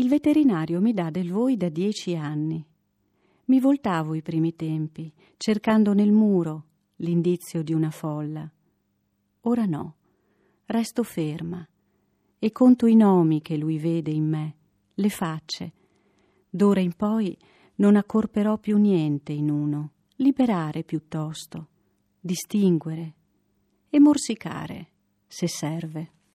veterinario mi dà del voi da 10 anni. Mi voltavo i primi tempi, cercando nel muro l'indizio di una folla. Ora no, resto ferma e conto i nomi che lui vede in me, le facce. D'ora in poi non accorperò più niente in uno, liberare piuttosto, distinguere e morsicare, se serve.